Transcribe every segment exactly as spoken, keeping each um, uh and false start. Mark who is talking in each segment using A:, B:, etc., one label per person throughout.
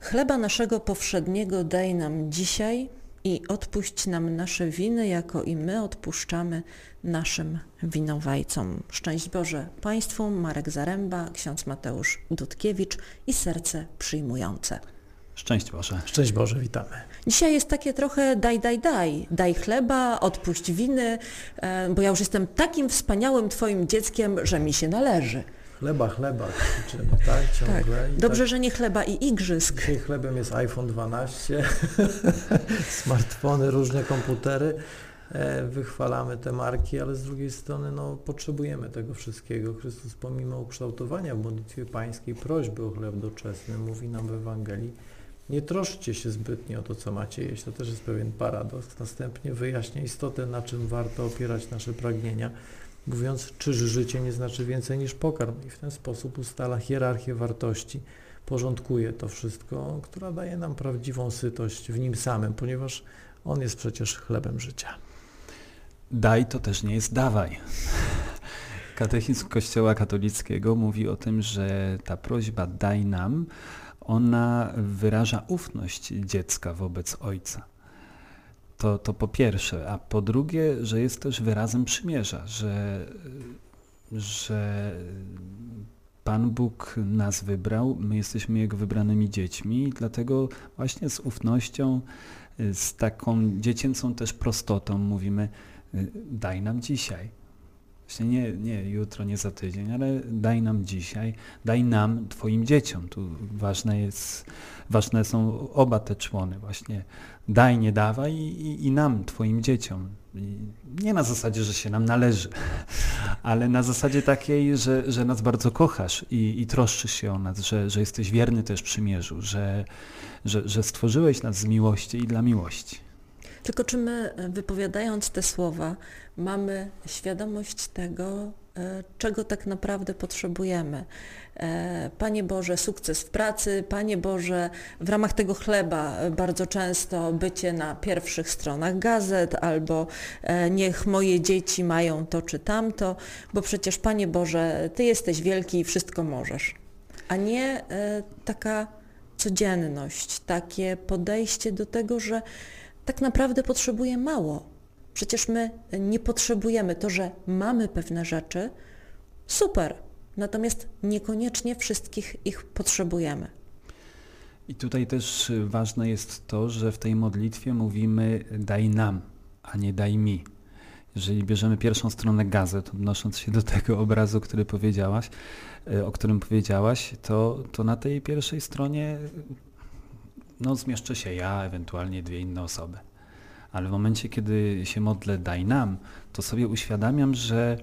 A: Chleba naszego powszedniego daj nam dzisiaj i odpuść nam nasze winy, jako i my odpuszczamy naszym winowajcom. Szczęść Boże Państwu, Marek Zaręba, ksiądz Mateusz Dudkiewicz i serce przyjmujące.
B: Szczęść Boże.
C: Szczęść Boże, witamy.
A: Dzisiaj jest takie trochę daj, daj, daj. Daj chleba, odpuść winy, bo ja już jestem takim wspaniałym Twoim dzieckiem, że mi się należy.
C: Chleba, chleba krzyczymy, tak? Ciągle.
A: Tak.
C: I
A: Dobrze,
C: tak,
A: że nie chleba i igrzysk.
C: dzisiaj chlebem jest iPhone dwanaście, smartfony, różne komputery. Wychwalamy te marki, ale z drugiej strony no, potrzebujemy tego wszystkiego. Chrystus pomimo ukształtowania w modlitwie pańskiej prośby o chleb doczesny mówi nam w Ewangelii: nie troszczcie się zbytnio o to, co macie jeść. To też jest pewien paradoks. Następnie wyjaśnia istotę, na czym warto opierać nasze pragnienia, mówiąc, czyż życie nie znaczy więcej niż pokarm, i w ten sposób ustala hierarchię wartości, porządkuje to wszystko, która daje nam prawdziwą sytość w Nim samym, ponieważ On jest przecież chlebem życia.
B: Daj to też nie jest dawaj. Katechizm Kościoła katolickiego mówi o tym, że ta prośba daj nam, ona wyraża ufność dziecka wobec ojca. To, to po pierwsze, a po drugie, że jest też wyrazem przymierza, że, że Pan Bóg nas wybrał, my jesteśmy Jego wybranymi dziećmi i dlatego właśnie z ufnością, z taką dziecięcą też prostotą mówimy: daj nam dzisiaj. Właśnie nie, nie jutro, nie za tydzień, ale daj nam dzisiaj, daj nam, Twoim dzieciom. Tu ważne jest, ważne są oba te człony właśnie. Daj, nie dawaj i, i nam, Twoim dzieciom. I nie na zasadzie, że się nam należy, ale na zasadzie takiej, że, że nas bardzo kochasz i, i troszczysz się o nas, że, że jesteś wierny też przymierzu, że, że, że stworzyłeś nas z miłości i dla miłości.
A: Tylko czy my, wypowiadając te słowa, mamy świadomość tego, czego tak naprawdę potrzebujemy? Panie Boże, sukces w pracy, Panie Boże, w ramach tego chleba bardzo często bycie na pierwszych stronach gazet, albo niech moje dzieci mają to czy tamto, bo przecież Panie Boże, Ty jesteś wielki i wszystko możesz. A nie taka codzienność, takie podejście do tego, że tak naprawdę potrzebuje mało. Przecież my nie potrzebujemy. To, że mamy pewne rzeczy, super, natomiast niekoniecznie wszystkich ich potrzebujemy.
B: I tutaj też ważne jest to, że w tej modlitwie mówimy daj nam, a nie daj mi. Jeżeli bierzemy pierwszą stronę gazet, odnosząc się do tego obrazu, który powiedziałaś, o którym powiedziałaś, to, to na tej pierwszej stronie no, zmieszczę się ja, ewentualnie dwie inne osoby. Ale w momencie, kiedy się modlę daj nam, to sobie uświadamiam, że,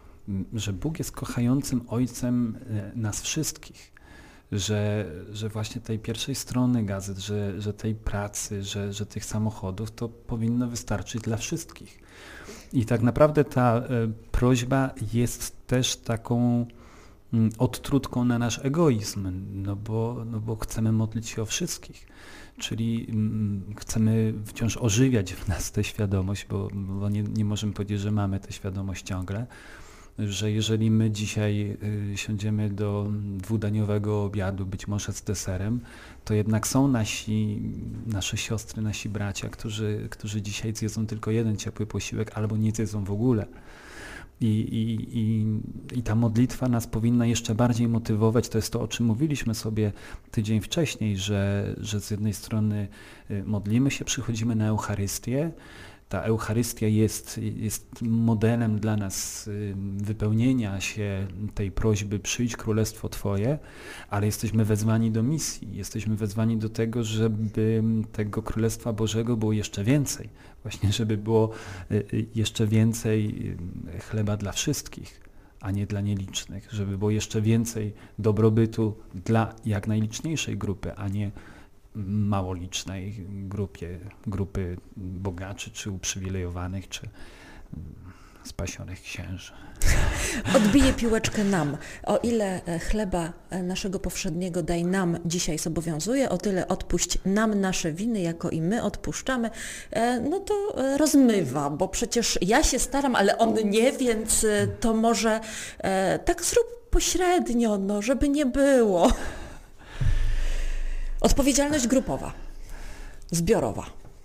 B: że Bóg jest kochającym Ojcem nas wszystkich. Że, że właśnie tej pierwszej strony gazet, że, że tej pracy, że, że tych samochodów, to powinno wystarczyć dla wszystkich. I tak naprawdę ta e, prośba jest też taką m, odtrutką na nasz egoizm, no bo, no bo chcemy modlić się o wszystkich. Czyli m, chcemy wciąż ożywiać w nas tę świadomość, bo, bo nie, nie możemy powiedzieć, że mamy tę świadomość ciągle, że jeżeli my dzisiaj y, siądziemy do dwudaniowego obiadu, być może z deserem, to jednak są nasi, nasze siostry, nasi bracia, którzy, którzy dzisiaj zjedzą tylko jeden ciepły posiłek albo nie zjedzą w ogóle. I, i, i, I ta modlitwa nas powinna jeszcze bardziej motywować. To jest to, o czym mówiliśmy sobie tydzień wcześniej, że, że z jednej strony modlimy się, przychodzimy na Eucharystię. Ta Eucharystia jest, jest modelem dla nas wypełnienia się tej prośby przyjdź królestwo Twoje, ale jesteśmy wezwani do misji, jesteśmy wezwani do tego, żeby tego Królestwa Bożego było jeszcze więcej. Właśnie, żeby było jeszcze więcej chleba dla wszystkich, a nie dla nielicznych, żeby było jeszcze więcej dobrobytu dla jak najliczniejszej grupy, a nie mało licznej grupie, grupy bogaczy, czy uprzywilejowanych, czy spasionych księży.
A: Odbiję piłeczkę nam. O ile chleba naszego powszedniego daj nam dzisiaj zobowiązuje, o tyle odpuść nam nasze winy, jako i my odpuszczamy, no to rozmywa, bo przecież ja się staram, ale on nie, więc to może tak zrób pośrednio, no, żeby nie było. Odpowiedzialność grupowa, zbiorowa.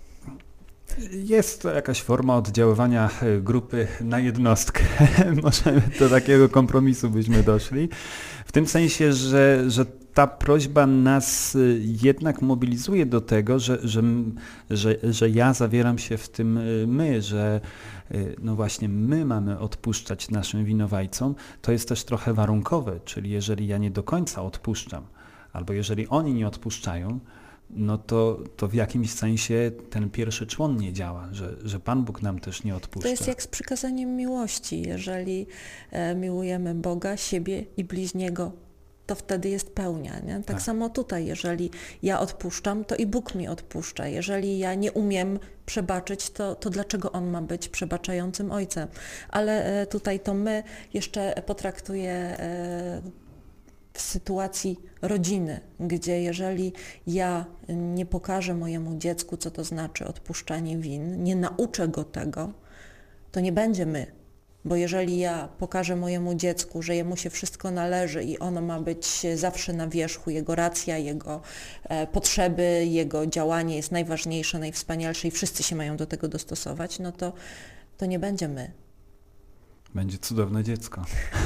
B: Jest to jakaś forma oddziaływania grupy na jednostkę. Możemy do takiego kompromisu byśmy doszli. W tym sensie, że, że ta prośba nas jednak mobilizuje do tego, że, że, że, że ja zawieram się w tym my, że no właśnie my mamy odpuszczać naszym winowajcom. To jest też trochę warunkowe, czyli jeżeli ja nie do końca odpuszczam, albo jeżeli oni nie odpuszczają, no to, to w jakimś sensie ten pierwszy człon nie działa, że, że Pan Bóg nam też nie odpuszcza.
A: To jest jak z przykazaniem miłości. Jeżeli e, miłujemy Boga, siebie i bliźniego, to wtedy jest pełnia. Nie? Tak, tak samo tutaj, jeżeli ja odpuszczam, to i Bóg mi odpuszcza. Jeżeli ja nie umiem przebaczyć, to, to dlaczego On ma być przebaczającym Ojcem? Ale e, tutaj to my jeszcze potraktuję e, w sytuacji rodziny, gdzie jeżeli ja nie pokażę mojemu dziecku, co to znaczy odpuszczanie win, nie nauczę go tego, to nie będzie my. Bo jeżeli ja pokażę mojemu dziecku, że jemu się wszystko należy i ono ma być zawsze na wierzchu, jego racja, jego e, potrzeby, jego działanie jest najważniejsze, najwspanialsze i wszyscy się mają do tego dostosować, no to, to nie będzie my.
B: Będzie cudowne dziecko.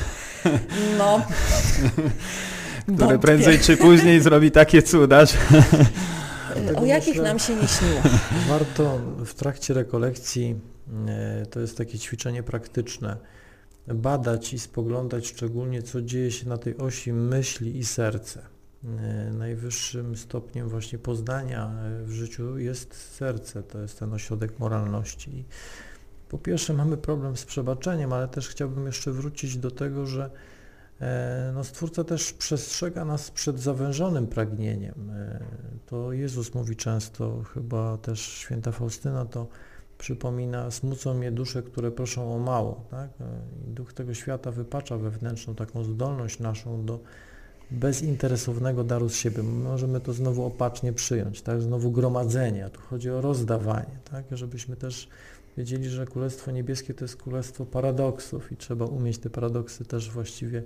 A: No.
B: Które prędzej czy później zrobi takie cuda, że...
A: O jakich nam się nie śniło.
C: Warto w trakcie rekolekcji, to jest takie ćwiczenie praktyczne, badać i spoglądać szczególnie, co dzieje się na tej osi myśli i serce. Najwyższym stopniem właśnie poznania w życiu jest serce, to jest ten ośrodek moralności. Po pierwsze mamy problem z przebaczeniem, ale też chciałbym jeszcze wrócić do tego, że no, Stwórca też przestrzega nas przed zawężonym pragnieniem. To Jezus mówi często, chyba też święta Faustyna to przypomina, smucą mnie dusze, które proszą o mało. Tak? I duch tego świata wypacza wewnętrzną taką zdolność naszą do bezinteresownego daru z siebie. Możemy to znowu opacznie przyjąć, tak? Znowu gromadzenie, a tu chodzi o rozdawanie, tak? Żebyśmy też wiedzieli, że Królestwo Niebieskie to jest Królestwo paradoksów i trzeba umieć te paradoksy też właściwie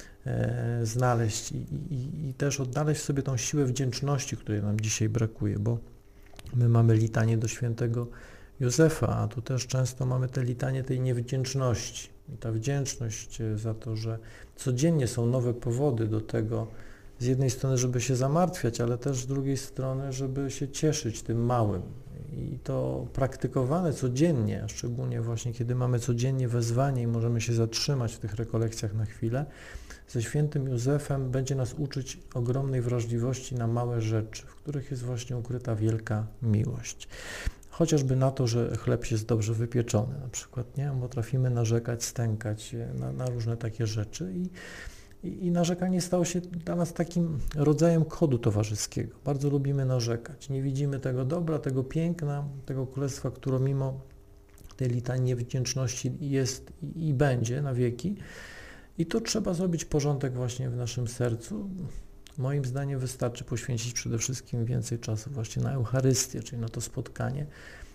C: e, znaleźć i, i, i też odnaleźć sobie tą siłę wdzięczności, której nam dzisiaj brakuje, bo my mamy litanie do świętego Józefa, a tu też często mamy te litanie tej niewdzięczności. I ta wdzięczność za to, że codziennie są nowe powody do tego, z jednej strony, żeby się zamartwiać, ale też z drugiej strony, żeby się cieszyć tym małym. I to praktykowane codziennie, szczególnie właśnie kiedy mamy codziennie wezwanie i możemy się zatrzymać w tych rekolekcjach na chwilę, ze świętym Józefem będzie nas uczyć ogromnej wrażliwości na małe rzeczy, w których jest właśnie ukryta wielka miłość. Chociażby na to, że chleb jest dobrze wypieczony na przykład, nie? Potrafimy narzekać, stękać na, na różne takie rzeczy i, i, i narzekanie stało się dla nas takim rodzajem kodu towarzyskiego. Bardzo lubimy narzekać. Nie widzimy tego dobra, tego piękna, tego królestwa, które mimo tej litanii niewdzięczności jest i, i będzie na wieki. I tu trzeba zrobić porządek właśnie w naszym sercu. Moim zdaniem wystarczy poświęcić przede wszystkim więcej czasu właśnie na Eucharystię, czyli na to spotkanie.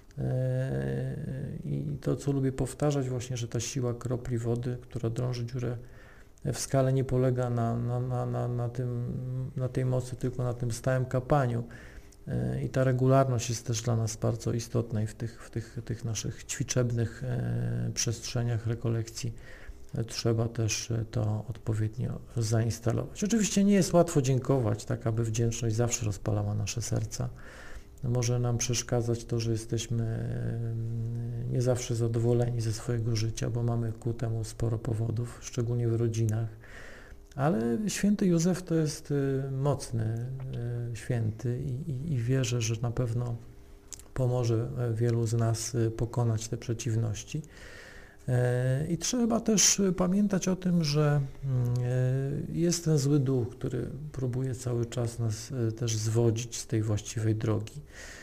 C: I to, co lubię powtarzać właśnie, że ta siła kropli wody, która drąży dziurę w skale, nie polega na, na, na, na, na, tym, na tej mocy, tylko na tym stałym kapaniu. I ta regularność jest też dla nas bardzo istotna i w tych, w tych, tych naszych ćwiczebnych przestrzeniach rekolekcji trzeba też to odpowiednio zainstalować. Oczywiście nie jest łatwo dziękować, tak aby wdzięczność zawsze rozpalała nasze serca. Może nam przeszkadzać to, że jesteśmy nie zawsze zadowoleni ze swojego życia, bo mamy ku temu sporo powodów, szczególnie w rodzinach. Ale święty Józef to jest mocny święty i, i, i wierzę, że na pewno pomoże wielu z nas pokonać te przeciwności. I trzeba też pamiętać o tym, że jest ten zły duch, który próbuje cały czas nas też zwodzić z tej właściwej drogi.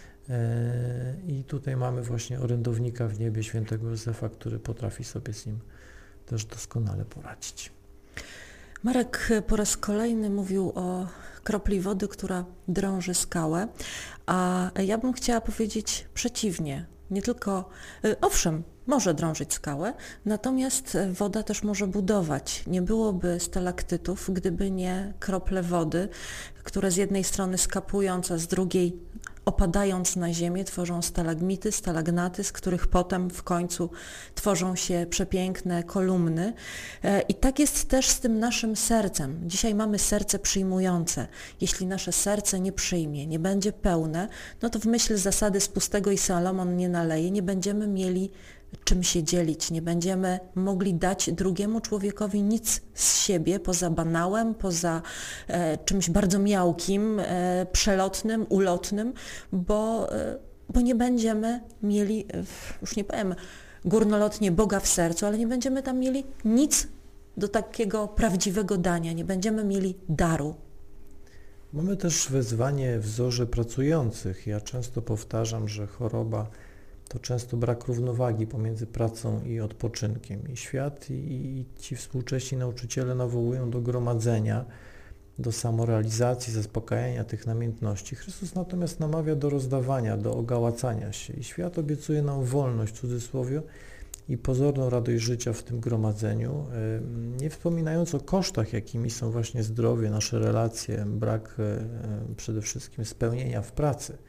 C: I tutaj mamy właśnie orędownika w niebie, świętego Józefa, który potrafi sobie z nim też doskonale poradzić.
A: Marek po raz kolejny mówił o kropli wody, która drąży skałę, a ja bym chciała powiedzieć przeciwnie. nie tylko, owszem, może drążyć skałę, natomiast woda też może budować. Nie byłoby stalaktytów, gdyby nie krople wody, które z jednej strony skapując, a z drugiej opadając na ziemię tworzą stalagmity, stalagnaty, z których potem w końcu tworzą się przepiękne kolumny. I tak jest też z tym naszym sercem. Dzisiaj mamy serce przyjmujące. Jeśli nasze serce nie przyjmie, nie będzie pełne, no to w myśl zasady z pustego i Salomon nie naleje, nie będziemy mieli czym się dzielić, nie będziemy mogli dać drugiemu człowiekowi nic z siebie poza banałem, poza e, czymś bardzo miałkim, e, przelotnym, ulotnym, bo, e, bo nie będziemy mieli, e, już nie powiem górnolotnie Boga w sercu, ale nie będziemy tam mieli nic do takiego prawdziwego dania, nie będziemy mieli daru.
C: Mamy też wezwanie w zorze pracujących. Ja często powtarzam, że choroba to często brak równowagi pomiędzy pracą i odpoczynkiem. I świat, i, i ci współcześni nauczyciele nawołują do gromadzenia, do samorealizacji, zaspokajania tych namiętności. Chrystus natomiast namawia do rozdawania, do ogałacania się. I świat obiecuje nam wolność, w cudzysłowie, i pozorną radość życia w tym gromadzeniu, nie wspominając o kosztach, jakimi są właśnie zdrowie, nasze relacje, brak przede wszystkim spełnienia w pracy.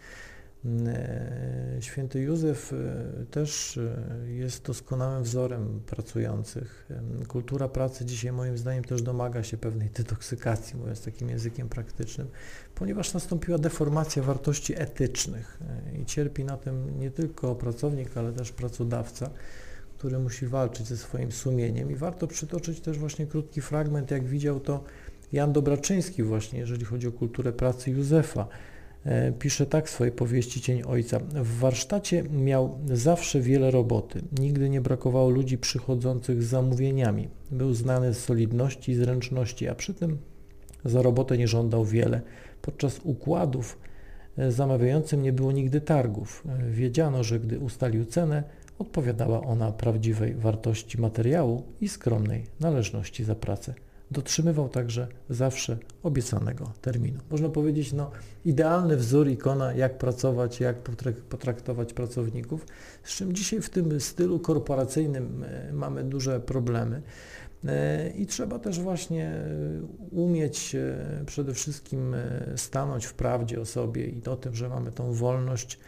C: Święty Józef też jest doskonałym wzorem pracujących. Kultura pracy dzisiaj moim zdaniem też domaga się pewnej detoksykacji, mówiąc takim językiem praktycznym, ponieważ nastąpiła deformacja wartości etycznych i cierpi na tym nie tylko pracownik, ale też pracodawca, który musi walczyć ze swoim sumieniem. I warto przytoczyć też właśnie krótki fragment, jak widział to Jan Dobraczyński właśnie, jeżeli chodzi o kulturę pracy Józefa. Pisze tak w swojej powieści Cień Ojca. W warsztacie miał zawsze wiele roboty. Nigdy nie brakowało ludzi przychodzących z zamówieniami. Był znany z solidności i zręczności, a przy tym za robotę nie żądał wiele. Podczas układów zamawiającym nie było nigdy targów. Wiedziano, że gdy ustalił cenę, odpowiadała ona prawdziwej wartości materiału i skromnej należności za pracę. Dotrzymywał także zawsze obiecanego terminu. Można powiedzieć, no, idealny wzór, ikona, jak pracować, jak potraktować pracowników, z czym dzisiaj w tym stylu korporacyjnym mamy duże problemy. I trzeba też właśnie umieć przede wszystkim stanąć w prawdzie o sobie i o tym, że mamy tą wolność,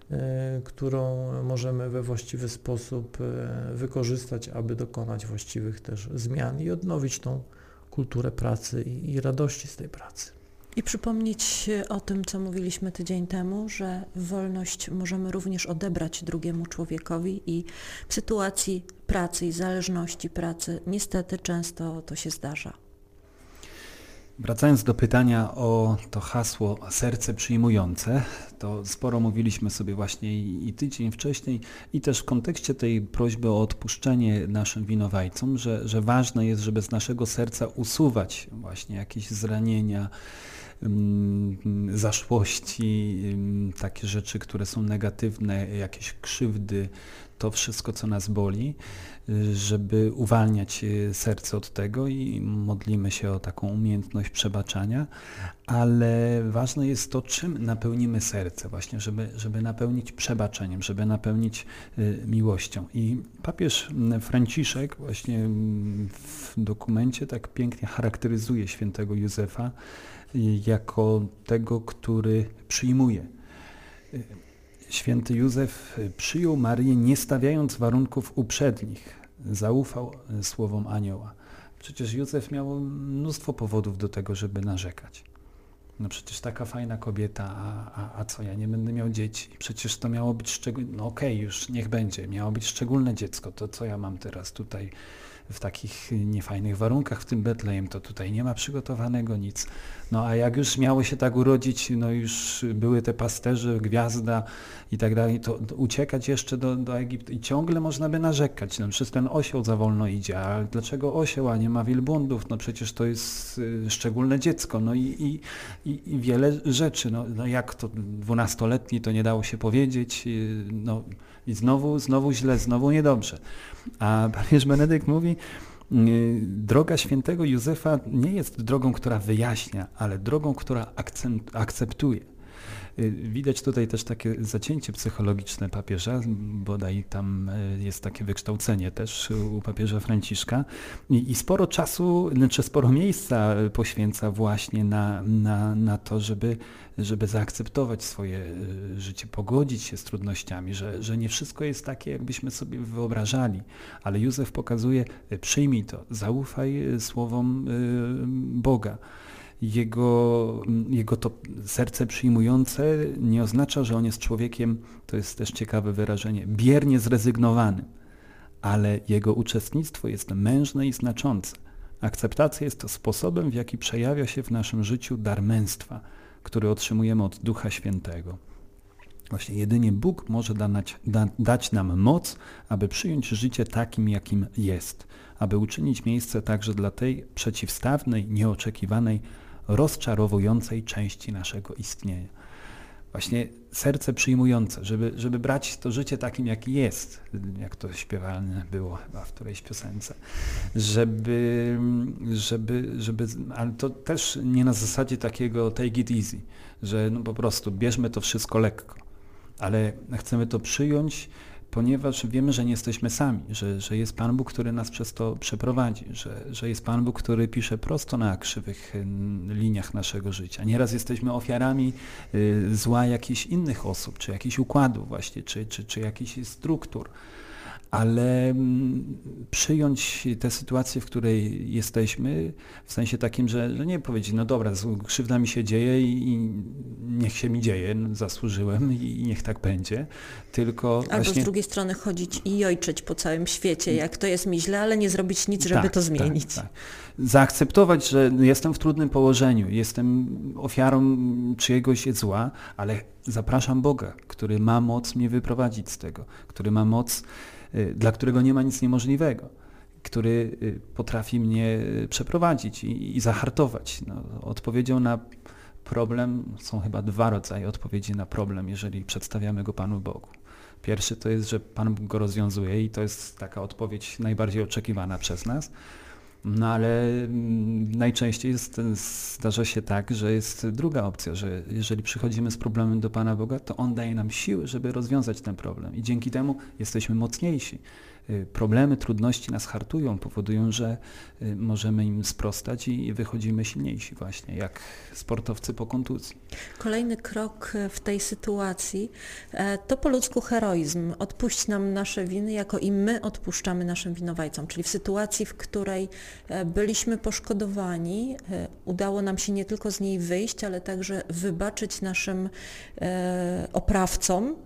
C: którą możemy we właściwy sposób wykorzystać, aby dokonać właściwych też zmian i odnowić tą kulturę pracy i, i radości z tej pracy.
A: I przypomnieć o tym, co mówiliśmy tydzień temu, że wolność możemy również odebrać drugiemu człowiekowi i w sytuacji pracy i zależności pracy niestety często to się zdarza.
B: Wracając do pytania o to hasło serce przyjmujące, to sporo mówiliśmy sobie właśnie i, i tydzień wcześniej i też w kontekście tej prośby o odpuszczenie naszym winowajcom, że, że ważne jest, żeby z naszego serca usuwać właśnie jakieś zranienia, um, zaszłości, um, takie rzeczy, które są negatywne, jakieś krzywdy, to wszystko, co nas boli, żeby uwalniać serce od tego i modlimy się o taką umiejętność przebaczania, ale ważne jest to, czym napełnimy serce właśnie, żeby, żeby napełnić przebaczeniem, żeby napełnić miłością. I papież Franciszek właśnie w dokumencie tak pięknie charakteryzuje świętego Józefa jako tego, który przyjmuje. Święty Józef przyjął Maryję, nie stawiając warunków uprzednich. Zaufał słowom anioła. Przecież Józef miał mnóstwo powodów do tego, żeby narzekać. No przecież taka fajna kobieta, a, a, a co, ja nie będę miał dzieci? Przecież to miało być szczególne, no okej, okay, już niech będzie, miało być szczególne dziecko, to co ja mam teraz tutaj w takich niefajnych warunkach w tym Betlejem, to tutaj nie ma przygotowanego nic. No a jak już miało się tak urodzić, no już były te pasterze, gwiazda i tak dalej, to, to uciekać jeszcze do, do Egiptu i ciągle można by narzekać, no przecież ten osioł za wolno idzie, a dlaczego osioł, a nie ma wielbłądów, no przecież to jest y, szczególne dziecko, no i, i, i, i wiele rzeczy, no, no jak to dwunastoletni to nie dało się powiedzieć, y, no i znowu, znowu źle, znowu niedobrze. A papież Benedykt mówi, droga świętego Józefa nie jest drogą, która wyjaśnia, ale drogą, która akceptuje. Widać tutaj też takie zacięcie psychologiczne papieża, bodaj tam jest takie wykształcenie też u papieża Franciszka i, i sporo czasu, znaczy sporo miejsca poświęca właśnie na, na, na to, żeby, żeby zaakceptować swoje życie, pogodzić się z trudnościami, że, że nie wszystko jest takie, jakbyśmy sobie wyobrażali, ale Józef pokazuje, przyjmij to, zaufaj słowom Boga. Jego, jego to serce przyjmujące nie oznacza, że on jest człowiekiem, to jest też ciekawe wyrażenie, biernie zrezygnowanym, ale jego uczestnictwo jest mężne i znaczące. Akceptacja jest to sposobem, w jaki przejawia się w naszym życiu dar męstwa, który otrzymujemy od Ducha Świętego. Właśnie jedynie Bóg może dać, da, dać nam moc, aby przyjąć życie takim, jakim jest, aby uczynić miejsce także dla tej przeciwstawnej, nieoczekiwanej, rozczarowującej części naszego istnienia. Właśnie serce przyjmujące, żeby, żeby brać to życie takim, jak jest, jak to śpiewane było chyba w którejś piosence, żeby, żeby, żeby, ale to też nie na zasadzie takiego take it easy, że no po prostu bierzmy to wszystko lekko, ale chcemy to przyjąć, ponieważ wiemy, że nie jesteśmy sami, że, że jest Pan Bóg, który nas przez to przeprowadzi, że, że jest Pan Bóg, który pisze prosto na krzywych liniach naszego życia. Nieraz jesteśmy ofiarami y, zła jakichś innych osób, czy jakichś układów właśnie, czy, czy, czy jakichś struktur. Ale mm, przyjąć tę sytuację, w której jesteśmy, w sensie takim, że, że nie powiedzieć, no dobra, krzywda mi się dzieje i, i niech się mi dzieje, no, zasłużyłem i, i niech tak będzie, tylko
A: Albo
B: właśnie...
A: z drugiej strony chodzić i jojczyć po całym świecie, jak to jest mi źle, ale nie zrobić nic, żeby
B: tak,
A: to zmienić.
B: Tak, tak. Zaakceptować, że jestem w trudnym położeniu, jestem ofiarą czyjegoś zła, ale zapraszam Boga, który ma moc mnie wyprowadzić z tego, który ma moc, dla którego nie ma nic niemożliwego, który potrafi mnie przeprowadzić i, i zahartować. No, odpowiedzią na problem, są chyba dwa rodzaje odpowiedzi na problem, jeżeli przedstawiamy go Panu Bogu. Pierwszy to jest, że Pan Bóg go rozwiązuje i to jest taka odpowiedź najbardziej oczekiwana przez nas. No ale najczęściej jest, zdarza się tak, że jest druga opcja, że jeżeli przychodzimy z problemem do Pana Boga, to On daje nam siły, żeby rozwiązać ten problem i dzięki temu jesteśmy mocniejsi. Problemy, trudności nas hartują, powodują, że możemy im sprostać i wychodzimy silniejsi właśnie, jak sportowcy po kontuzji.
A: Kolejny krok w tej sytuacji to po ludzku heroizm. Odpuść nam nasze winy, jako i my odpuszczamy naszym winowajcom. Czyli w sytuacji, w której byliśmy poszkodowani, udało nam się nie tylko z niej wyjść, ale także wybaczyć naszym oprawcom.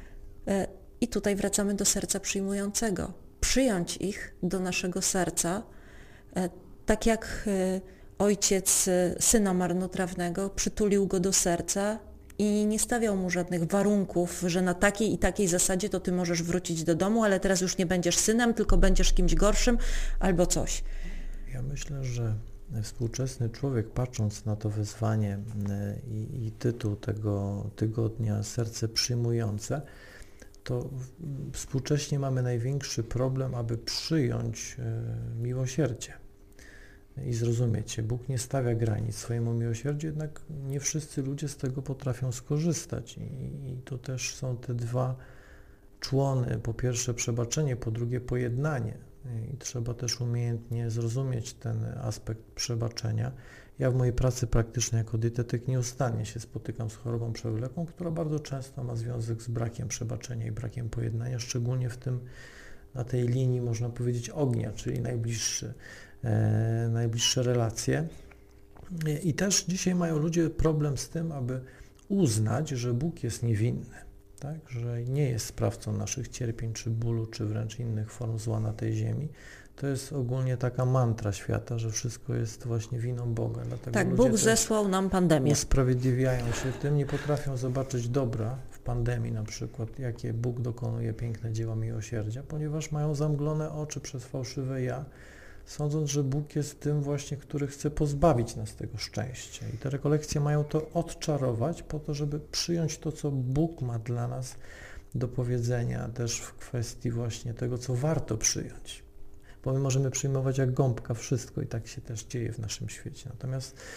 A: I tutaj wracamy do serca przyjmującego. Przyjąć ich do naszego serca, tak jak ojciec syna marnotrawnego przytulił go do serca i nie stawiał mu żadnych warunków, że na takiej i takiej zasadzie to ty możesz wrócić do domu, ale teraz już nie będziesz synem, tylko będziesz kimś gorszym albo coś.
C: Ja myślę, że współczesny człowiek, patrząc na to wyzwanie i, i tytuł tego tygodnia Serce przyjmujące, to współcześnie mamy największy problem, aby przyjąć miłosierdzie i zrozumieć się. Bóg nie stawia granic swojemu miłosierdziu, jednak nie wszyscy ludzie z tego potrafią skorzystać. I, i to też są te dwa człony. Po pierwsze przebaczenie, po drugie pojednanie. I trzeba też umiejętnie zrozumieć ten aspekt przebaczenia. Ja w mojej pracy praktycznej jako dietetyk nieustannie się spotykam z chorobą przewlekłą, która bardzo często ma związek z brakiem przebaczenia i brakiem pojednania, szczególnie w tym, na tej linii, można powiedzieć, ognia, czyli najbliższy, e, najbliższe relacje. I też dzisiaj mają ludzie problem z tym, aby uznać, że Bóg jest niewinny, tak? Że nie jest sprawcą naszych cierpień, czy bólu, czy wręcz innych form zła na tej ziemi. To jest ogólnie taka mantra świata, że wszystko jest właśnie winą Boga. Dlatego
A: tak,
C: ludzie
A: Bóg zesłał nam pandemię.
C: Usprawiedliwiają się tym, nie potrafią zobaczyć dobra w pandemii na przykład, jakie Bóg dokonuje piękne dzieła miłosierdzia, ponieważ mają zamglone oczy przez fałszywe ja, sądząc, że Bóg jest tym właśnie, który chce pozbawić nas tego szczęścia. I te rekolekcje mają to odczarować po to, żeby przyjąć to, co Bóg ma dla nas do powiedzenia też w kwestii właśnie tego, co warto przyjąć. Bo my możemy przyjmować jak gąbka wszystko i tak się też dzieje w naszym świecie. Natomiast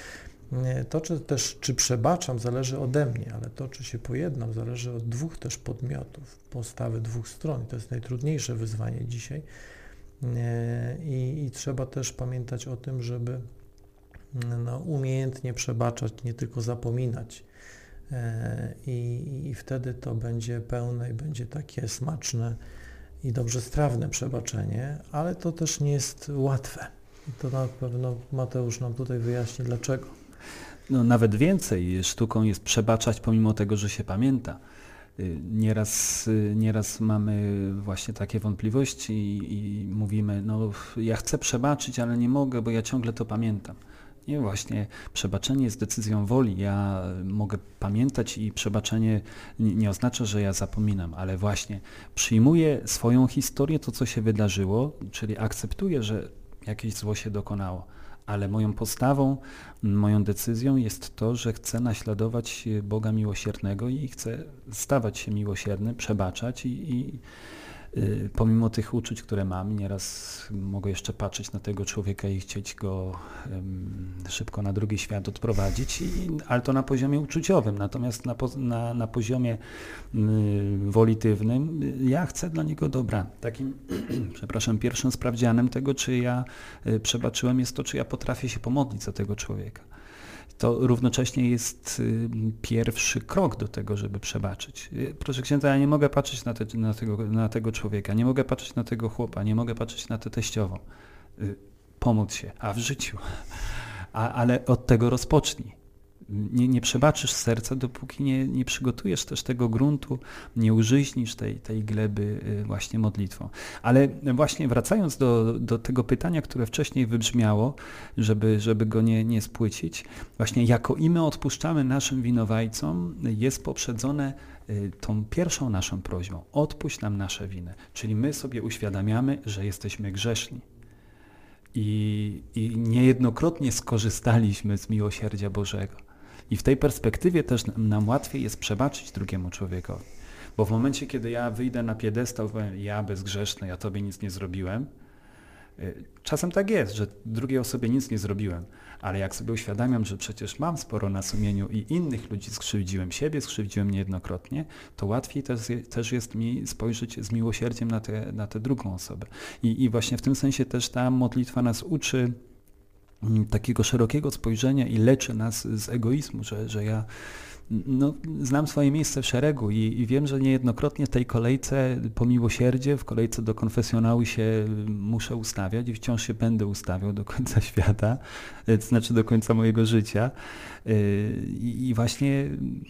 C: To, czy też, czy przebaczam, zależy ode mnie, ale to, czy się pojednam, zależy od dwóch też podmiotów, postawy dwóch stron. To jest najtrudniejsze wyzwanie dzisiaj. I, i trzeba też pamiętać o tym, żeby no, umiejętnie przebaczać, nie tylko zapominać. I, I wtedy to będzie pełne i będzie takie smaczne i dobrze strawne przebaczenie, ale to też nie jest łatwe. I to na pewno Mateusz nam tutaj wyjaśni dlaczego.
B: No, nawet więcej, sztuką jest przebaczać pomimo tego, że się pamięta. Nieraz, nieraz mamy właśnie takie wątpliwości i, i mówimy, no ja chcę przebaczyć, ale nie mogę, bo ja ciągle to pamiętam. Nie, właśnie przebaczenie jest decyzją woli. Ja mogę pamiętać i przebaczenie nie, nie oznacza, że ja zapominam, ale właśnie przyjmuję swoją historię, to co się wydarzyło, czyli akceptuję, że jakieś zło się dokonało. Ale moją postawą, moją decyzją jest to, że chcę naśladować Boga miłosiernego i chcę stawać się miłosierny, przebaczać i, i y, pomimo tych uczuć, które mam, nieraz mogę jeszcze patrzeć na tego człowieka i chcieć go y, szybko na drugi świat odprowadzić, i, ale to na poziomie uczuciowym, natomiast na, na, na poziomie y, wolitywnym y, ja chcę dla niego dobra. Takim, przepraszam, pierwszym sprawdzianem tego, czy ja y, przebaczyłem, jest to, czy ja potrafię się pomodlić za tego człowieka. To równocześnie jest y, pierwszy krok do tego, żeby przebaczyć. Y, proszę księdza, ja nie mogę patrzeć na, te, na, tego, na tego człowieka, nie mogę patrzeć na tego chłopa, nie mogę patrzeć na tę teściową. Y, pomóc się, a w życiu. A, ale od tego rozpocznij. Nie, nie przebaczysz z serca, dopóki nie, nie przygotujesz też tego gruntu, nie użyźnisz tej, tej gleby właśnie modlitwą. Ale właśnie wracając do, do tego pytania, które wcześniej wybrzmiało, żeby, żeby go nie, nie spłycić, właśnie jako i my odpuszczamy naszym winowajcom, jest poprzedzone tą pierwszą naszą prośbą. Odpuść nam nasze winy. Czyli my sobie uświadamiamy, że jesteśmy grzeszni. I, I niejednokrotnie skorzystaliśmy z miłosierdzia Bożego. I w tej perspektywie też nam, nam łatwiej jest przebaczyć drugiemu człowiekowi. Bo w momencie, kiedy ja wyjdę na piedestał, powiem, ja bezgrzeszny, ja tobie nic nie zrobiłem, czasem tak jest, że drugiej osobie nic nie zrobiłem, ale jak sobie uświadamiam, że przecież mam sporo na sumieniu i innych ludzi skrzywdziłem, siebie skrzywdziłem niejednokrotnie, to łatwiej też, też jest mi spojrzeć z miłosierdziem na tę na tę drugą osobę. I, I właśnie w tym sensie też ta modlitwa nas uczy takiego szerokiego spojrzenia i leczy nas z egoizmu, że, że ja no, znam swoje miejsce w szeregu i, i wiem, że niejednokrotnie w tej kolejce po miłosierdzie, w kolejce do konfesjonału się muszę ustawiać i wciąż się będę ustawiał do końca świata, to znaczy do końca mojego życia. I, i właśnie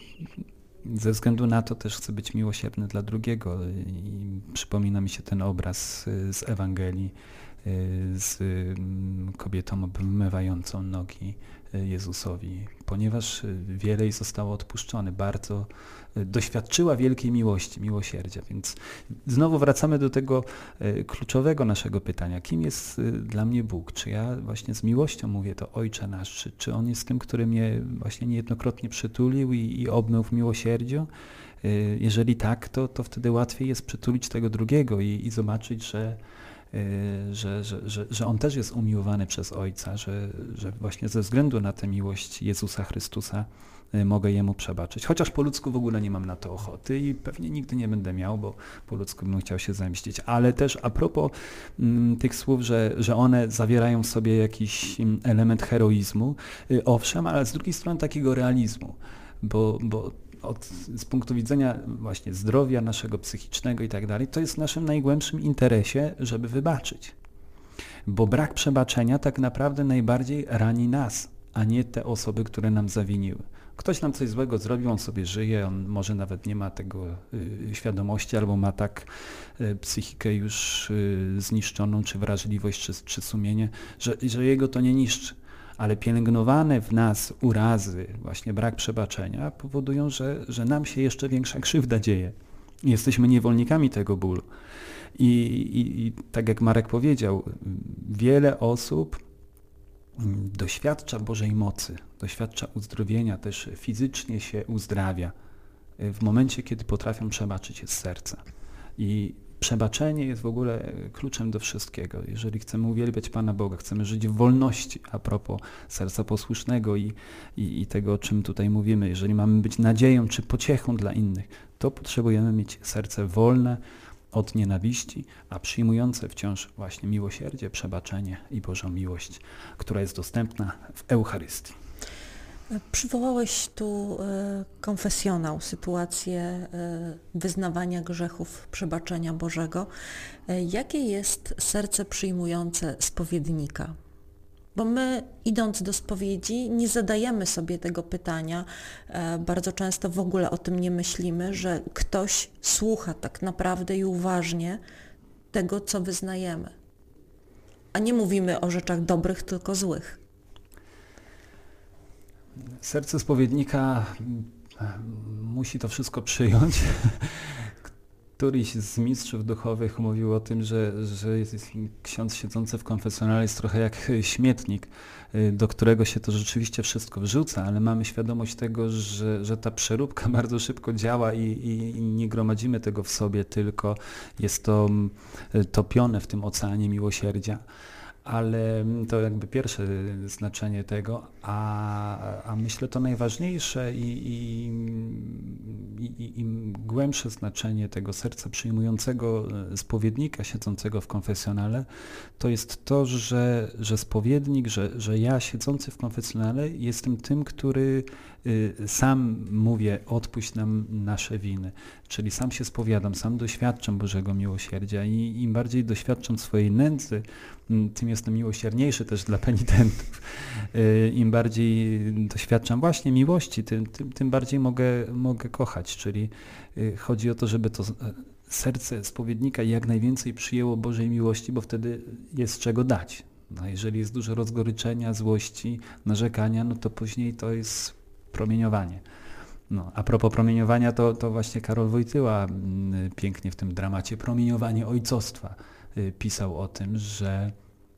B: ze względu na to też chcę być miłosierny dla drugiego. I przypomina mi się ten obraz z Ewangelii, z kobietą obmywającą nogi Jezusowi, ponieważ wiele jej zostało odpuszczone, bardzo doświadczyła wielkiej miłości, miłosierdzia. Więc znowu wracamy do tego kluczowego naszego pytania. Kim jest dla mnie Bóg? Czy ja właśnie z miłością mówię to Ojcze nasz, czy, czy On jest tym, który mnie właśnie niejednokrotnie przytulił i, i obmył w miłosierdziu? Jeżeli tak, to, to wtedy łatwiej jest przytulić tego drugiego i, i zobaczyć, że Że, że, że, że On też jest umiłowany przez Ojca, że, że właśnie ze względu na tę miłość Jezusa Chrystusa mogę Jemu przebaczyć. Chociaż po ludzku w ogóle nie mam na to ochoty i pewnie nigdy nie będę miał, bo po ludzku bym chciał się zemścić. Ale też a propos m, tych słów, że, że one zawierają w sobie jakiś element heroizmu, y, owszem, ale z drugiej strony takiego realizmu, bo, bo Od, z punktu widzenia właśnie zdrowia naszego psychicznego i tak dalej, to jest w naszym najgłębszym interesie, żeby wybaczyć. Bo brak przebaczenia tak naprawdę najbardziej rani nas, a nie te osoby, które nam zawiniły. Ktoś nam coś złego zrobił, on sobie żyje, on może nawet nie ma tego y, świadomości, albo ma tak y, psychikę już y, zniszczoną, czy wrażliwość, czy, czy sumienie, że, że jego to nie niszczy. Ale pielęgnowane w nas urazy, właśnie brak przebaczenia powodują, że, że nam się jeszcze większa krzywda dzieje. Jesteśmy niewolnikami tego bólu. I, i, i tak jak Marek powiedział, wiele osób doświadcza Bożej mocy, doświadcza uzdrowienia, też fizycznie się uzdrawia w momencie, kiedy potrafią przebaczyć z serca. I przebaczenie jest w ogóle kluczem do wszystkiego. Jeżeli chcemy uwielbiać Pana Boga, chcemy żyć w wolności, a propos serca posłusznego i, i, i tego, o czym tutaj mówimy, jeżeli mamy być nadzieją czy pociechą dla innych, to potrzebujemy mieć serce wolne od nienawiści, a przyjmujące wciąż właśnie miłosierdzie, przebaczenie i Bożą miłość, która jest dostępna w Eucharystii.
A: Przywołałeś tu e, konfesjonał, sytuację e, wyznawania grzechów, przebaczenia Bożego. E, jakie jest serce przyjmujące spowiednika? Bo my, idąc do spowiedzi, nie zadajemy sobie tego pytania, e, bardzo często w ogóle o tym nie myślimy, że ktoś słucha tak naprawdę i uważnie tego, co wyznajemy. A nie mówimy o rzeczach dobrych, tylko złych.
B: Serce spowiednika musi to wszystko przyjąć. Któryś z mistrzów duchowych mówił o tym, że, że ksiądz siedzący w konfesjonale jest trochę jak śmietnik, do którego się to rzeczywiście wszystko wrzuca, ale mamy świadomość tego, że, że ta przeróbka bardzo szybko działa i, i, i nie gromadzimy tego w sobie, tylko jest to topione w tym oceanie miłosierdzia. Ale to jakby pierwsze znaczenie tego, a, a myślę to najważniejsze i, i, i, i głębsze znaczenie tego serca przyjmującego spowiednika siedzącego w konfesjonale, to jest to, że, że spowiednik, że, że ja siedzący w konfesjonale jestem tym, który sam mówię, odpuść nam nasze winy, czyli sam się spowiadam, sam doświadczam Bożego miłosierdzia i im bardziej doświadczam swojej nędzy, tym jestem miłosierniejszy też dla penitentów. Im bardziej doświadczam właśnie miłości, tym, tym, tym bardziej mogę, mogę kochać, czyli chodzi o to, żeby to serce spowiednika jak najwięcej przyjęło Bożej miłości, bo wtedy jest z czego dać. No jeżeli jest dużo rozgoryczenia, złości, narzekania, no to później to jest promieniowanie. No, a propos promieniowania, to, to właśnie Karol Wojtyła pięknie w tym dramacie Promieniowanie ojcostwa pisał o tym, że,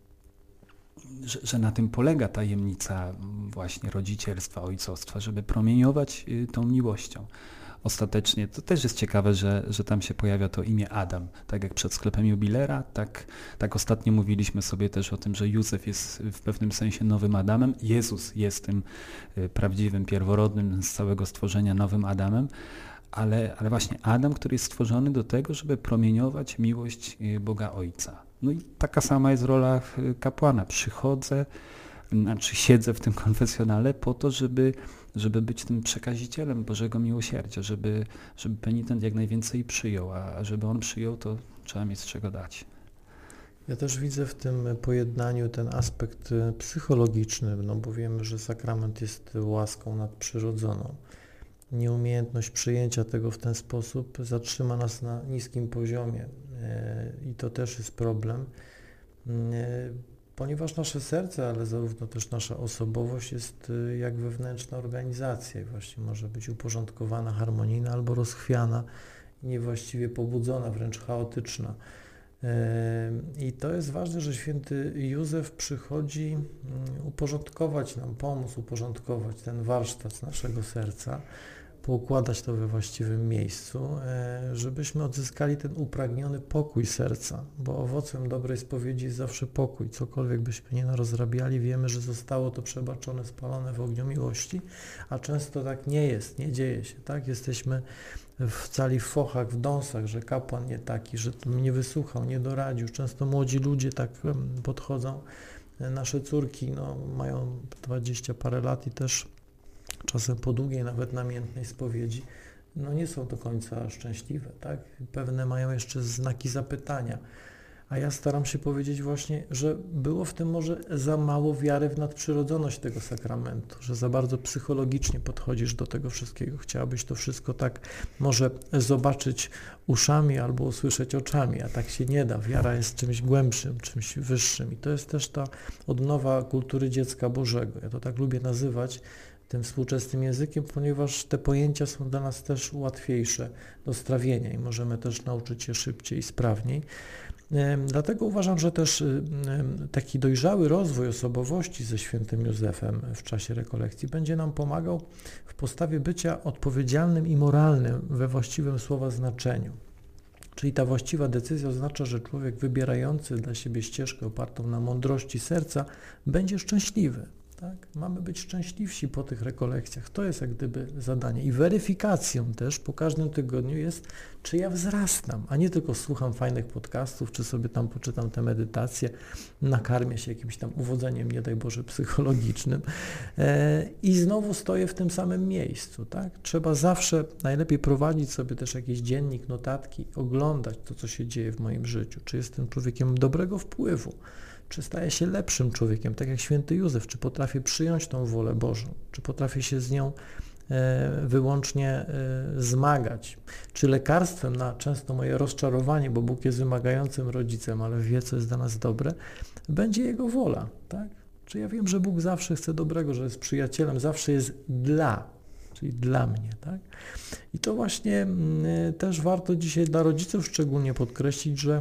B: że, że na tym polega tajemnica właśnie rodzicielstwa, ojcostwa, żeby promieniować tą miłością. Ostatecznie to też jest ciekawe, że, że tam się pojawia to imię Adam. Tak jak przed sklepem jubilera, tak, tak ostatnio mówiliśmy sobie też o tym, że Józef jest w pewnym sensie nowym Adamem. Jezus jest tym prawdziwym, pierworodnym z całego stworzenia nowym Adamem, ale, ale właśnie Adam, który jest stworzony do tego, żeby promieniować miłość Boga Ojca. No i taka sama jest rola kapłana. Przychodzę, znaczy siedzę w tym konfesjonale po to, żeby żeby być tym przekazicielem Bożego miłosierdzia, żeby, żeby penitent jak najwięcej przyjął, a żeby on przyjął, to trzeba mieć z czego dać.
C: Ja też widzę w tym pojednaniu ten aspekt psychologiczny, no bo wiemy, że sakrament jest łaską nadprzyrodzoną. Nieumiejętność przyjęcia tego w ten sposób zatrzyma nas na niskim poziomie i to też jest problem, ponieważ nasze serce, ale zarówno też nasza osobowość jest jak wewnętrzna organizacja i właśnie może być uporządkowana, harmonijna albo rozchwiana, niewłaściwie pobudzona, wręcz chaotyczna. I to jest ważne, że święty Józef przychodzi uporządkować nam, pomóc uporządkować ten warsztat naszego serca, poukładać to we właściwym miejscu, żebyśmy odzyskali ten upragniony pokój serca, bo owocem dobrej spowiedzi jest zawsze pokój. Cokolwiek byśmy nie narozrabiali, wiemy, że zostało to przebaczone, spalone w ogniu miłości, a często tak nie jest, nie dzieje się, tak? Jesteśmy w cali fochach, w dąsach, że kapłan nie taki, że nie wysłuchał, nie doradził. Często młodzi ludzie tak podchodzą, nasze córki no, mają dwadzieścia parę lat i też czasem po długiej, nawet namiętnej spowiedzi, no nie są do końca szczęśliwe, tak? Pewne mają jeszcze znaki zapytania. A ja staram się powiedzieć właśnie, że było w tym może za mało wiary w nadprzyrodzoność tego sakramentu, że za bardzo psychologicznie podchodzisz do tego wszystkiego. Chciałabyś to wszystko tak może zobaczyć uszami albo usłyszeć oczami, a tak się nie da. Wiara jest czymś głębszym, czymś wyższym i to jest też ta odnowa kultury dziecka Bożego. Ja to tak lubię nazywać tym współczesnym językiem, ponieważ te pojęcia są dla nas też łatwiejsze do strawienia i możemy też nauczyć się szybciej i sprawniej. Dlatego uważam, że też taki dojrzały rozwój osobowości ze świętym Józefem w czasie rekolekcji będzie nam pomagał w postawie bycia odpowiedzialnym i moralnym we właściwym słowa znaczeniu. Czyli ta właściwa decyzja oznacza, że człowiek wybierający dla siebie ścieżkę opartą na mądrości serca będzie szczęśliwy. Tak? Mamy być szczęśliwsi po tych rekolekcjach. To jest jak gdyby zadanie. I weryfikacją też po każdym tygodniu jest, czy ja wzrastam, a nie tylko słucham fajnych podcastów, czy sobie tam poczytam te medytacje, nakarmię się jakimś tam uwodzeniem, nie daj Boże, psychologicznym e, i znowu stoję w tym samym miejscu. Tak? Trzeba zawsze najlepiej prowadzić sobie też jakiś dziennik, notatki, oglądać to, co się dzieje w moim życiu. Czy jestem człowiekiem dobrego wpływu, czy staję się lepszym człowiekiem, tak jak święty Józef, czy potrafię przyjąć tą wolę Bożą, czy potrafię się z nią e, wyłącznie e, zmagać, czy lekarstwem na często moje rozczarowanie, bo Bóg jest wymagającym rodzicem, ale wie, co jest dla nas dobre, będzie Jego wola, tak? Czy ja wiem, że Bóg zawsze chce dobrego, że jest przyjacielem, zawsze jest dla, czyli dla mnie, tak? I to właśnie m, też warto dzisiaj dla rodziców szczególnie podkreślić, że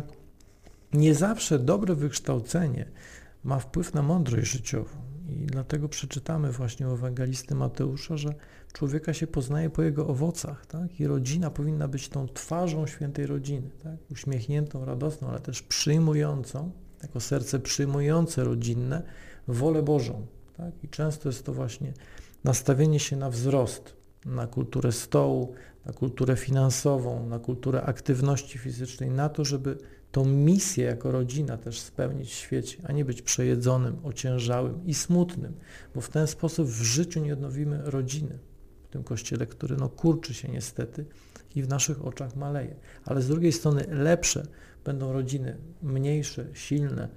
C: nie zawsze dobre wykształcenie ma wpływ na mądrość życiową i dlatego przeczytamy właśnie u ewangelisty Mateusza, że człowieka się poznaje po jego owocach, tak? I rodzina powinna być tą twarzą świętej rodziny, tak? Uśmiechniętą, radosną, ale też przyjmującą, jako serce przyjmujące rodzinne, wolę Bożą, tak? I często jest to właśnie nastawienie się na wzrost, na kulturę stołu, na kulturę finansową, na kulturę aktywności fizycznej, na to, żeby tą misję jako rodzina też spełnić w świecie, a nie być przejedzonym, ociężałym i smutnym, bo w ten sposób w życiu nie odnowimy rodziny w tym Kościele, który no kurczy się niestety i w naszych oczach maleje. Ale z drugiej strony lepsze będą rodziny, mniejsze, silne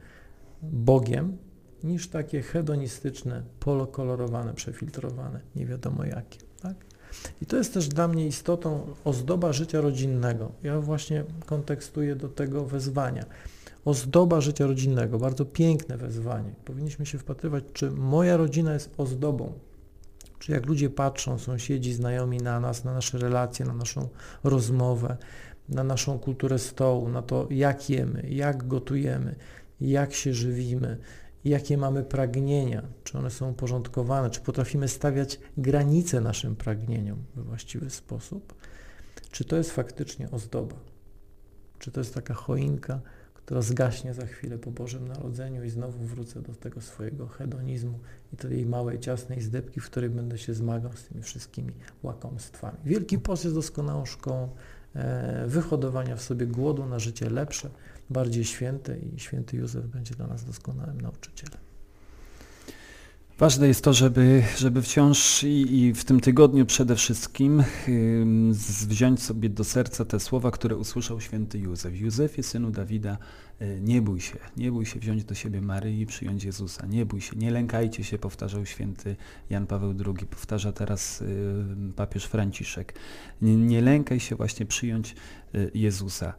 C: Bogiem, niż takie hedonistyczne, polokolorowane, przefiltrowane, nie wiadomo jakie. Tak? I to jest też dla mnie istotą ozdoba życia rodzinnego. Ja właśnie kontekstuję do tego wezwania. Ozdoba życia rodzinnego, bardzo piękne wezwanie. Powinniśmy się wpatrywać, czy moja rodzina jest ozdobą. Czy jak ludzie patrzą, sąsiedzi, znajomi na nas, na nasze relacje, na naszą rozmowę, na naszą kulturę stołu, na to, jak jemy, jak gotujemy, jak się żywimy, jakie mamy pragnienia, czy one są uporządkowane, czy potrafimy stawiać granice naszym pragnieniom we właściwy sposób, czy to jest faktycznie ozdoba, czy to jest taka choinka, która zgaśnie za chwilę po Bożym Narodzeniu i znowu wrócę do tego swojego hedonizmu i tej małej, ciasnej izdebki, w której będę się zmagał z tymi wszystkimi łakomstwami. Wielki Post jest doskonałą szkołą e, wyhodowania w sobie głodu na życie lepsze, bardziej święte i święty Józef będzie dla nas doskonałym nauczycielem.
B: Ważne jest to, żeby, żeby wciąż i, i w tym tygodniu przede wszystkim yy, wziąć sobie do serca te słowa, które usłyszał święty Józef. Józefie, synu Dawida, yy, nie bój się, nie bój się wziąć do siebie Maryi i przyjąć Jezusa. Nie bój się, nie lękajcie się, powtarzał święty Jan Paweł drugi, powtarza teraz yy, papież Franciszek. Nie, nie lękaj się właśnie przyjąć yy, Jezusa.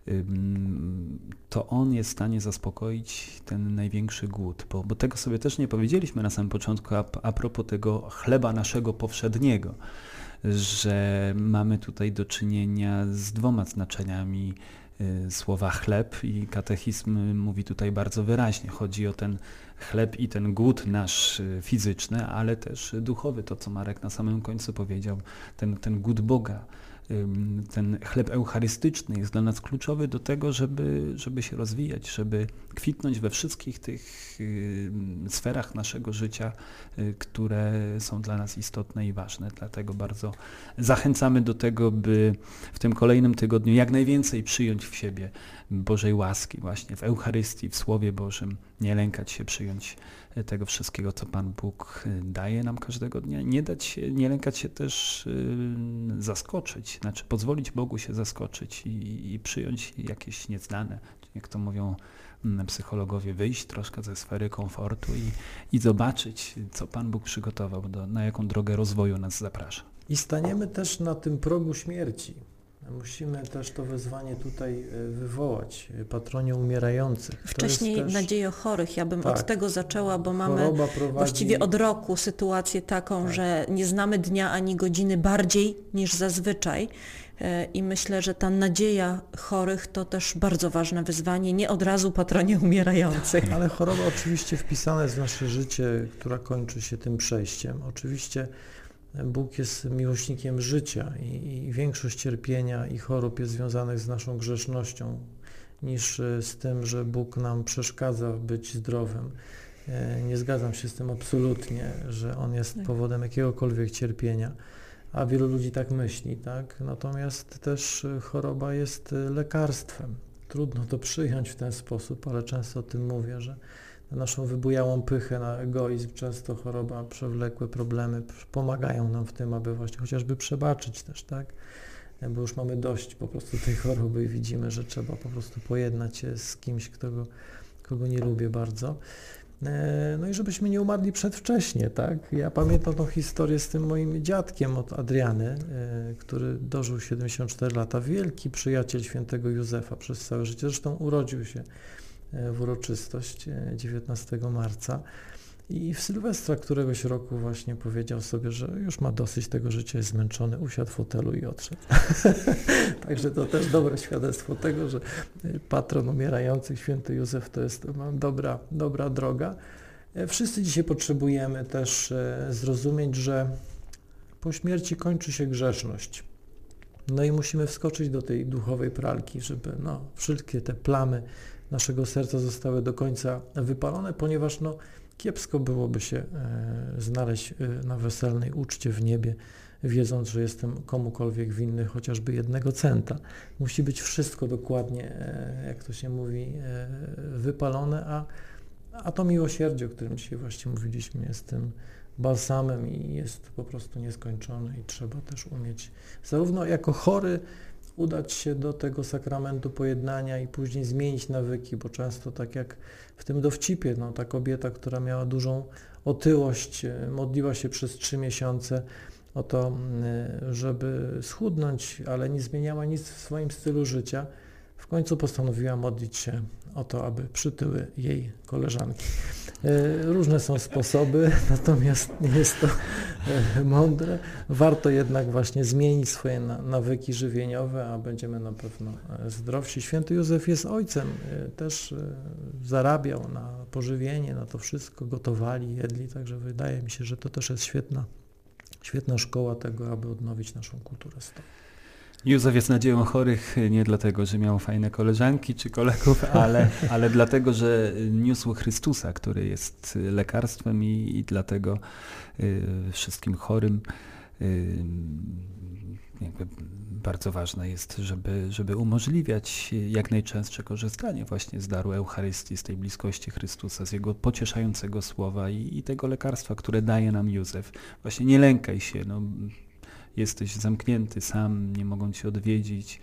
B: To On jest w stanie zaspokoić ten największy głód, bo, bo tego sobie też nie powiedzieliśmy na samym początku a, a propos tego chleba naszego powszedniego, że mamy tutaj do czynienia z dwoma znaczeniami y, słowa chleb i katechizm mówi tutaj bardzo wyraźnie. Chodzi o ten chleb i ten głód nasz y, fizyczny, ale też duchowy, to co Marek na samym końcu powiedział, ten, ten głód Boga. Ten chleb eucharystyczny jest dla nas kluczowy do tego, żeby, żeby się rozwijać, żeby kwitnąć we wszystkich tych y, sferach naszego życia, y, które są dla nas istotne i ważne. Dlatego bardzo zachęcamy do tego, by w tym kolejnym tygodniu jak najwięcej przyjąć w siebie Bożej łaski właśnie w Eucharystii, w Słowie Bożym, nie lękać się przyjąć tego wszystkiego, co Pan Bóg daje nam każdego dnia. Nie dać się, nie lękać się też y, zaskoczyć, znaczy pozwolić Bogu się zaskoczyć i, i przyjąć jakieś nieznane, jak to mówią psychologowie, wyjść troszkę ze sfery komfortu i, i zobaczyć, co Pan Bóg przygotował, do, na jaką drogę rozwoju nas zaprasza.
C: I staniemy też na tym progu śmierci. Musimy też to wezwanie tutaj wywołać, patronie umierających.
A: Wcześniej też nadzieję chorych. Ja bym tak, od tego zaczęła, bo mamy
C: prowadzi...
A: właściwie od roku sytuację taką, tak. że nie znamy dnia ani godziny bardziej niż zazwyczaj. I myślę, że ta nadzieja chorych to też bardzo ważne wyzwanie, nie od razu patronie umierających.
C: Ale choroba oczywiście wpisana jest w nasze życie, która kończy się tym przejściem. Oczywiście Bóg jest miłośnikiem życia i, i większość cierpienia i chorób jest związanych z naszą grzesznością, niż z tym, że Bóg nam przeszkadza być zdrowym. Nie zgadzam się z tym absolutnie, że On jest powodem jakiegokolwiek cierpienia, a wielu ludzi tak myśli, tak? Natomiast też choroba jest lekarstwem. Trudno to przyjąć w ten sposób, ale często o tym mówię, że na naszą wybujałą pychę, na egoizm, często choroba, przewlekłe problemy pomagają nam w tym, aby właśnie chociażby przebaczyć też, tak? Bo już mamy dość po prostu tej choroby i widzimy, że trzeba po prostu pojednać się z kimś, kto go, kogo nie lubię bardzo. No i żebyśmy nie umarli przedwcześnie, tak? Ja pamiętam tą historię z tym moim dziadkiem od Adriany, który dożył siedemdziesiąt cztery lata, wielki przyjaciel świętego Józefa przez całe życie, zresztą urodził się w uroczystość dziewiętnastego marca i w Sylwestra któregoś roku właśnie powiedział sobie, że już ma dosyć tego życia, jest zmęczony, usiadł w fotelu i odszedł. Także to też dobre świadectwo tego, że patron umierających, święty Józef, to jest dobra, dobra droga. Wszyscy dzisiaj potrzebujemy też zrozumieć, że po śmierci kończy się grzeszność. No i musimy wskoczyć do tej duchowej pralki, żeby no, wszystkie te plamy naszego serca zostały do końca wypalone, ponieważ no, kiepsko byłoby się e, znaleźć e, na weselnej uczcie w niebie, wiedząc, że jestem komukolwiek winny chociażby jednego centa. Musi być wszystko dokładnie, e, jak to się mówi, e, wypalone, a, a to miłosierdzie, o którym dzisiaj właśnie mówiliśmy, jest tym balsamem i jest po prostu nieskończone i trzeba też umieć zarówno jako chory udać się do tego sakramentu pojednania i później zmienić nawyki, bo często tak jak w tym dowcipie, no, ta kobieta, która miała dużą otyłość, modliła się przez trzy miesiące o to, żeby schudnąć, ale nie zmieniała nic w swoim stylu życia, w końcu postanowiła modlić się o to, aby przytyły jej koleżanki. Różne są sposoby, natomiast nie jest to mądre. Warto jednak właśnie zmienić swoje nawyki żywieniowe, a będziemy na pewno zdrowsi. Święty Józef jest ojcem, też zarabiał na pożywienie, na to wszystko, gotowali, jedli, także wydaje mi się, że to też jest świetna, świetna szkoła tego, aby odnowić naszą kulturę stołu.
B: Józef jest nadzieją chorych nie dlatego, że miał fajne koleżanki czy kolegów, ale, ale dlatego, że niósł Chrystusa, który jest lekarstwem i, i dlatego y, wszystkim chorym y, jakby bardzo ważne jest, żeby, żeby umożliwiać jak najczęstsze korzystanie właśnie z daru Eucharystii, z tej bliskości Chrystusa, z Jego pocieszającego słowa i, i tego lekarstwa, które daje nam Józef. Właśnie nie lękaj się, no. Jesteś zamknięty sam, nie mogą cię odwiedzić,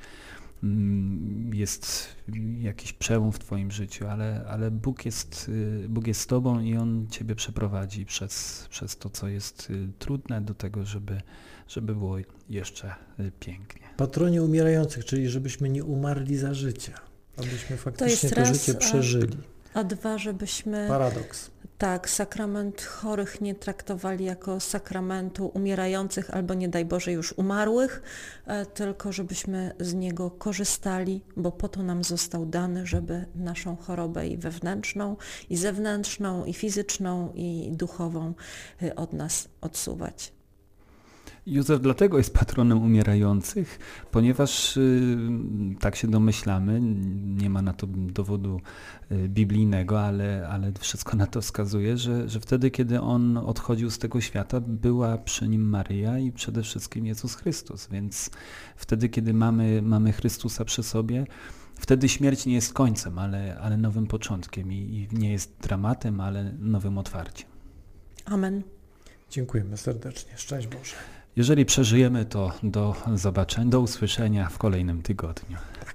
B: jest jakiś przełom w twoim życiu, ale, ale Bóg jest, Bóg jest z tobą i On ciebie przeprowadzi przez, przez to, co jest trudne, do tego, żeby, żeby było jeszcze pięknie.
C: Patronie umierających, czyli żebyśmy nie umarli za życia, abyśmy faktycznie to, to raz, życie przeżyli.
A: A, a dwa, żebyśmy...
C: Paradoks.
A: Tak, sakrament chorych nie traktowali jako sakramentu umierających albo nie daj Boże już umarłych, tylko żebyśmy z niego korzystali, bo po to nam został dany, żeby naszą chorobę i wewnętrzną, i zewnętrzną, i fizyczną, i duchową od nas odsuwać.
B: Józef dlatego jest patronem umierających, ponieważ y, tak się domyślamy, nie ma na to dowodu y, biblijnego, ale, ale wszystko na to wskazuje, że, że wtedy, kiedy on odchodził z tego świata, była przy nim Maryja i przede wszystkim Jezus Chrystus, więc wtedy, kiedy mamy, mamy Chrystusa przy sobie, wtedy śmierć nie jest końcem, ale, ale nowym początkiem i, i nie jest dramatem, ale nowym otwarciem.
A: Amen.
C: Dziękujemy serdecznie. Szczęść Boże.
B: Jeżeli przeżyjemy, to do zobaczenia, do usłyszenia w kolejnym tygodniu.